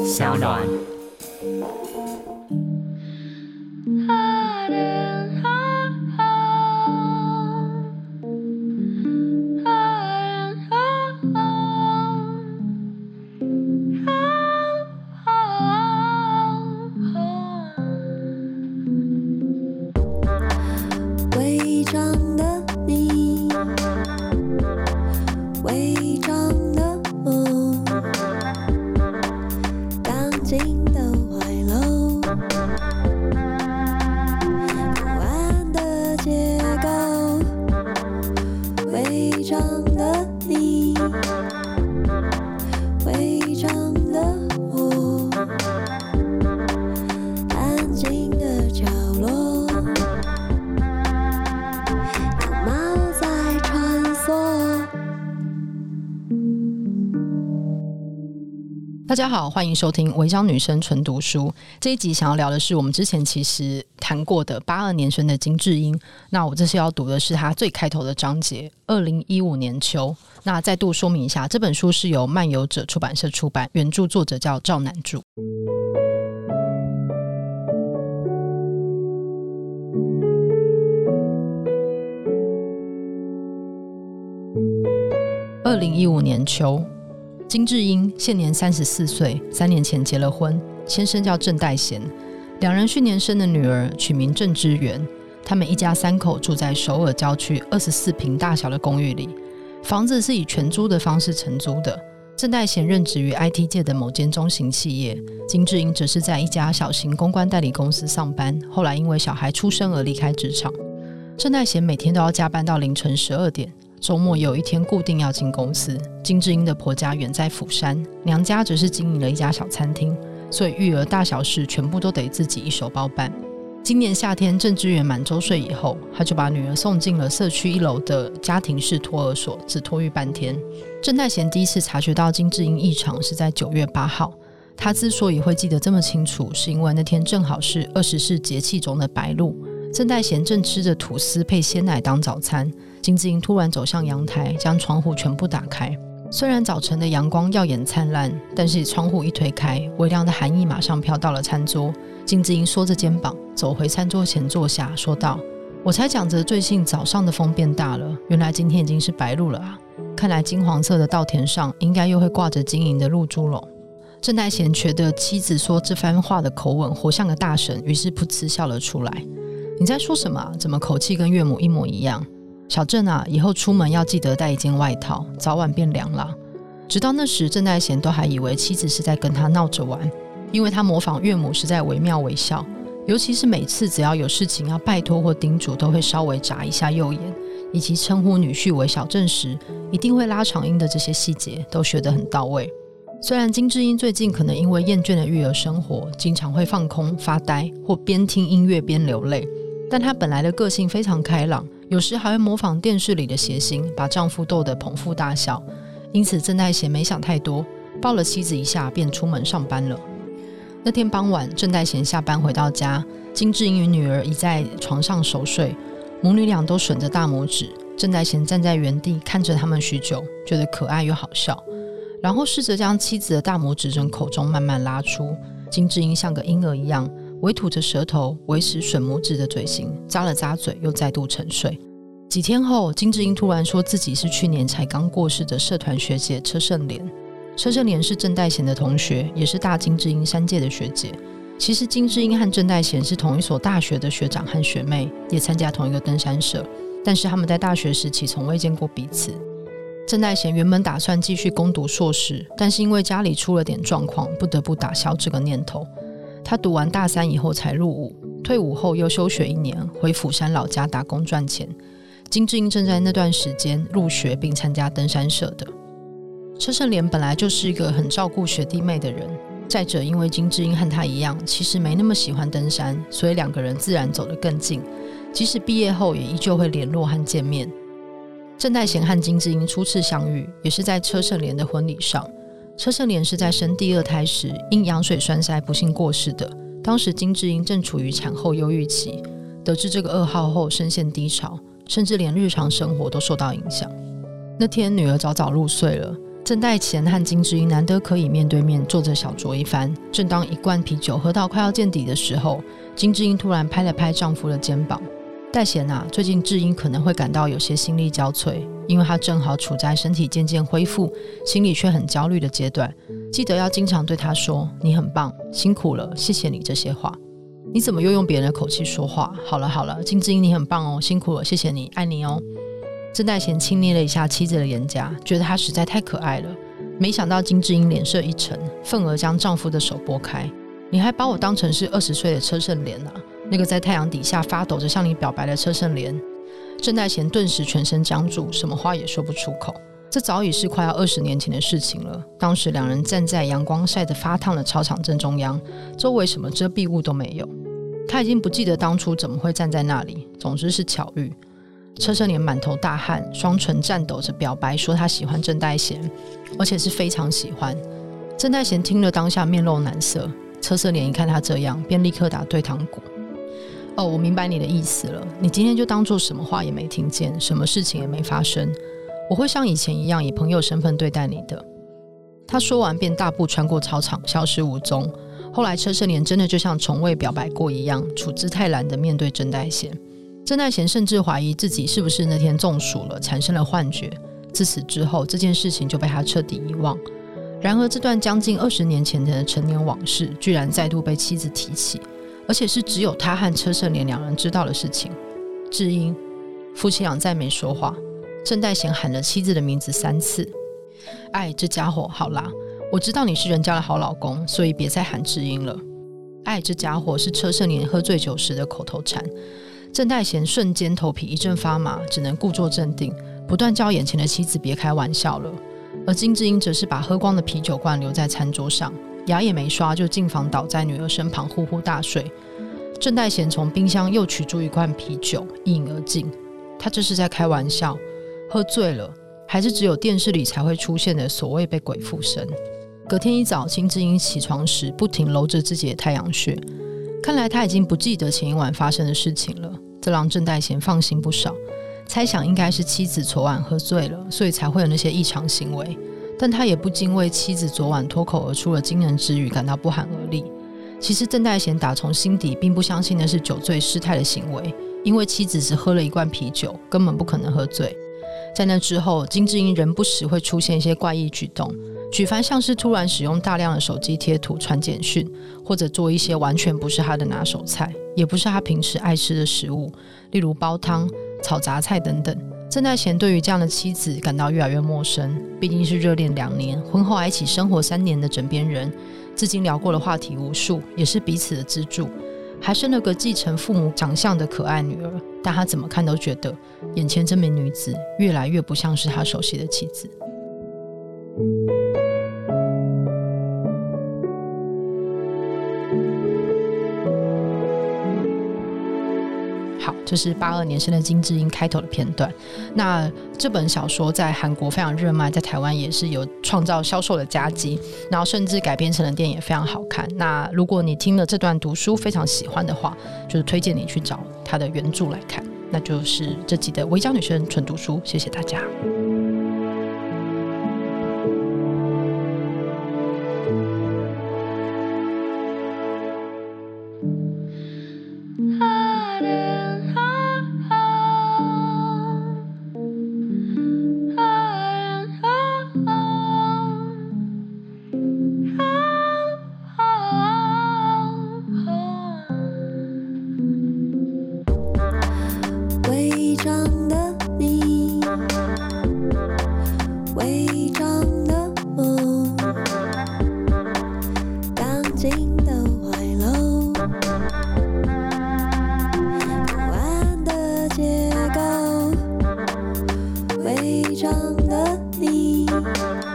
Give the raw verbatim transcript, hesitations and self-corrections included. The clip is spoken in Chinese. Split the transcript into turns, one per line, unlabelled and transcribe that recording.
小暖。
伪装的你，伪装的我，钢筋的怀楼，不安的结构，伪装的你，伪装的我，安静的角落。
大家好，欢迎收听违章女生纯读书。这一集想要聊的是我们之前其实谈过的八二年生的金智英。那我这次要读的是她最开头的章节二零一五年秋。那再度说明一下，这本书是由漫游者出版社出版，原著作者叫赵乃柱。二零一五年秋，金智英现年三十四岁，三年前结了婚，先生叫郑代贤，两人去年生的女儿取名郑之源。他们一家三口住在首尔郊区二十四坪大小的公寓里，房子是以全租的方式承租的。郑代贤任职于 I T 界的某间中型企业，金智英则是在一家小型公关代理公司上班，后来因为小孩出生而离开职场。郑代贤每天都要加班到凌晨十二点，周末有一天固定要进公司。金智英的婆家远在釜山，娘家则是经营了一家小餐厅，所以育儿大小事全部都得自己一手包办。今年夏天郑之源满周岁以后，他就把女儿送进了社区一楼的家庭式托儿所，只托育半天。郑代贤第一次察觉到金智英异常是在九月八号，他之所以会记得这么清楚，是因为那天正好是二十四节气中的白露。郑代贤正吃着吐司配鲜奶当早餐，金智英突然走向阳台，将窗户全部打开。虽然早晨的阳光耀眼灿烂，但是窗户一推开，微凉的寒意马上飘到了餐桌。金智英缩着肩膀走回餐桌前坐下，说道：我才讲着最近早上的风变大了，原来今天已经是白露了啊！看来金黄色的稻田上应该又会挂着晶莹的露珠笼。郑代贤觉得妻子说这番话的口吻活像个大神，于是噗嗤笑了出来。你在说什么啊？怎么口气跟岳母一模一样？小郑啊，以后出门要记得带一件外套，早晚变凉了。直到那时，郑代贤都还以为妻子是在跟他闹着玩，因为他模仿岳母是在惟妙惟肖，尤其是每次只要有事情要拜托或叮嘱，都会稍微眨一下右眼，以及称呼女婿为小郑时一定会拉长音的这些细节都学得很到位。虽然金智英最近可能因为厌倦的育儿生活，经常会放空发呆，或边听音乐边流泪，但她本来的个性非常开朗，有时还会模仿电视里的谐星，把丈夫逗得捧腹大笑。因此郑代贤没想太多，抱了妻子一下便出门上班了。那天傍晚，郑代贤下班回到家，金智英与女儿已在床上熟睡，母女俩都吮着大拇指。郑代贤站在原地看着他们许久，觉得可爱又好笑，然后试着将妻子的大拇指从口中慢慢拉出。金智英像个婴儿一样微吐着舌头，维持吮拇指的嘴型，咂了咂嘴，又再度沉睡。几天后，金智英突然说自己是去年才刚过世的社团学姐车胜莲。车胜莲是郑代贤的同学，也是大金智英三届的学姐。其实金智英和郑代贤是同一所大学的学长和学妹，也参加同一个登山社，但是他们在大学时期从未见过彼此。郑代贤原本打算继续攻读硕士，但是因为家里出了点状况，不得不打消这个念头。他读完大三以后才入伍，退伍后又休学一年，回釜山老家打工赚钱。金智英正在那段时间入学并参加登山社的。车胜莲本来就是一个很照顾学弟妹的人，再者因为金智英和他一样其实没那么喜欢登山，所以两个人自然走得更近，即使毕业后也依旧会联络和见面。郑代贤和金智英初次相遇也是在车胜莲的婚礼上。车胜莲是在生第二胎时因羊水栓塞不幸过世的，当时金智英正处于产后忧郁期，得知这个噩耗后深陷低潮，甚至连日常生活都受到影响。那天女儿早早入睡了， 郑代乾和金智英难得可以面对面坐着小酌一番，正当一罐啤酒喝到快要见底的时候，金智英突然拍了拍丈夫的肩膀：代乾啊，最近智英可能会感到有些心力交瘁，因为她正好处在身体渐渐恢复，心里却很焦虑的阶段，记得要经常对她说你很棒，辛苦了，谢谢你这些话。你怎么又用别人的口气说话？好了好了，金智英你很棒哦，辛苦了，谢谢你，爱你哦。郑代乾轻捏了一下妻子的脸颊，觉得她实在太可爱了。没想到金智英脸色一沉，愤而将丈夫的手拨开。你还把我当成是二十岁的车胜莲啊，那个在太阳底下发抖着向你表白的车胜莲。郑代乾顿时全身僵住，什么话也说不出口。这早已是快要二十年前的事情了。当时两人站在阳光晒得发烫的操场正中央，周围什么遮蔽物都没有。他已经不记得当初怎么会站在那里，总之是巧遇。车胜莲满头大汗，双唇颤抖着表白说他喜欢郑代乾，而且是非常喜欢。郑代乾听了当下面露难色，车胜莲一看他这样，便立刻打对堂鼓。哦，我明白你的意思了，你今天就当作什么话也没听见，什么事情也没发生，我会像以前一样以朋友身份对待你的。他说完便大步穿过操场，消失无踪。后来车胜莲真的就像从未表白过一样，处之泰然地面对郑代乾。郑代乾甚至怀疑自己是不是那天中暑了，产生了幻觉。自此之后，这件事情就被他彻底遗忘。然而这段将近二十年前的陈年往事居然再度被妻子提起，而且是只有他和车胜莲两人知道的事情。智英，夫妻俩再没说话。郑代乾喊了妻子的名字三次。哎，这家伙，好啦，我知道你是人家的好老公，所以别再喊智英了。哎，这家伙是车胜莲喝醉酒时的口头禅。郑代乾瞬间头皮一阵发麻，只能故作镇定，不断叫眼前的妻子别开玩笑了。而金智英则是把喝光的啤酒罐留在餐桌上，牙也没刷就进房倒在女儿身旁呼呼大睡。郑代乾从冰箱又取出一罐啤酒，一饮而尽。他这是在开玩笑？喝醉了？还是只有电视里才会出现的所谓被鬼附身？隔天一早，金智英起床时不停揉着自己的太阳穴，看来他已经不记得前一晚发生的事情了。这让郑代乾放心不少，猜想应该是妻子昨晚喝醉了，所以才会有那些异常行为。但他也不禁为妻子昨晚脱口而出的惊人之语感到不寒而栗。其实郑代乾打从心底并不相信那是酒醉失态的行为，因为妻子只喝了一罐啤酒，根本不可能喝醉。在那之后，金智英仍不时会出现一些怪异举动，举凡像是突然使用大量的手机贴图传简讯，或者做一些完全不是他的拿手菜，也不是他平时爱吃的食物，例如煲汤、炒杂菜等等。郑代乾对于这样的妻子感到越来越陌生，毕竟是热恋两年，婚后还一起生活三年的枕边人，至今聊过的话题无数，也是彼此的支柱。还生了个继承父母长相的可爱女儿，但他怎么看都觉得眼前这名女子越来越不像是他熟悉的妻子。好，这是八二年生的金智英开头的片段。那这本小说在韩国非常热卖，在台湾也是有创造销售的佳绩，然后甚至改编成了电影也非常好看。那如果你听了这段读书非常喜欢的话，就是推荐你去找它的原著来看。那就是这集的微教女生纯读书，谢谢大家。
伪装的你，伪装的梦，钢筋的怀楼，不安的结构，伪装的你。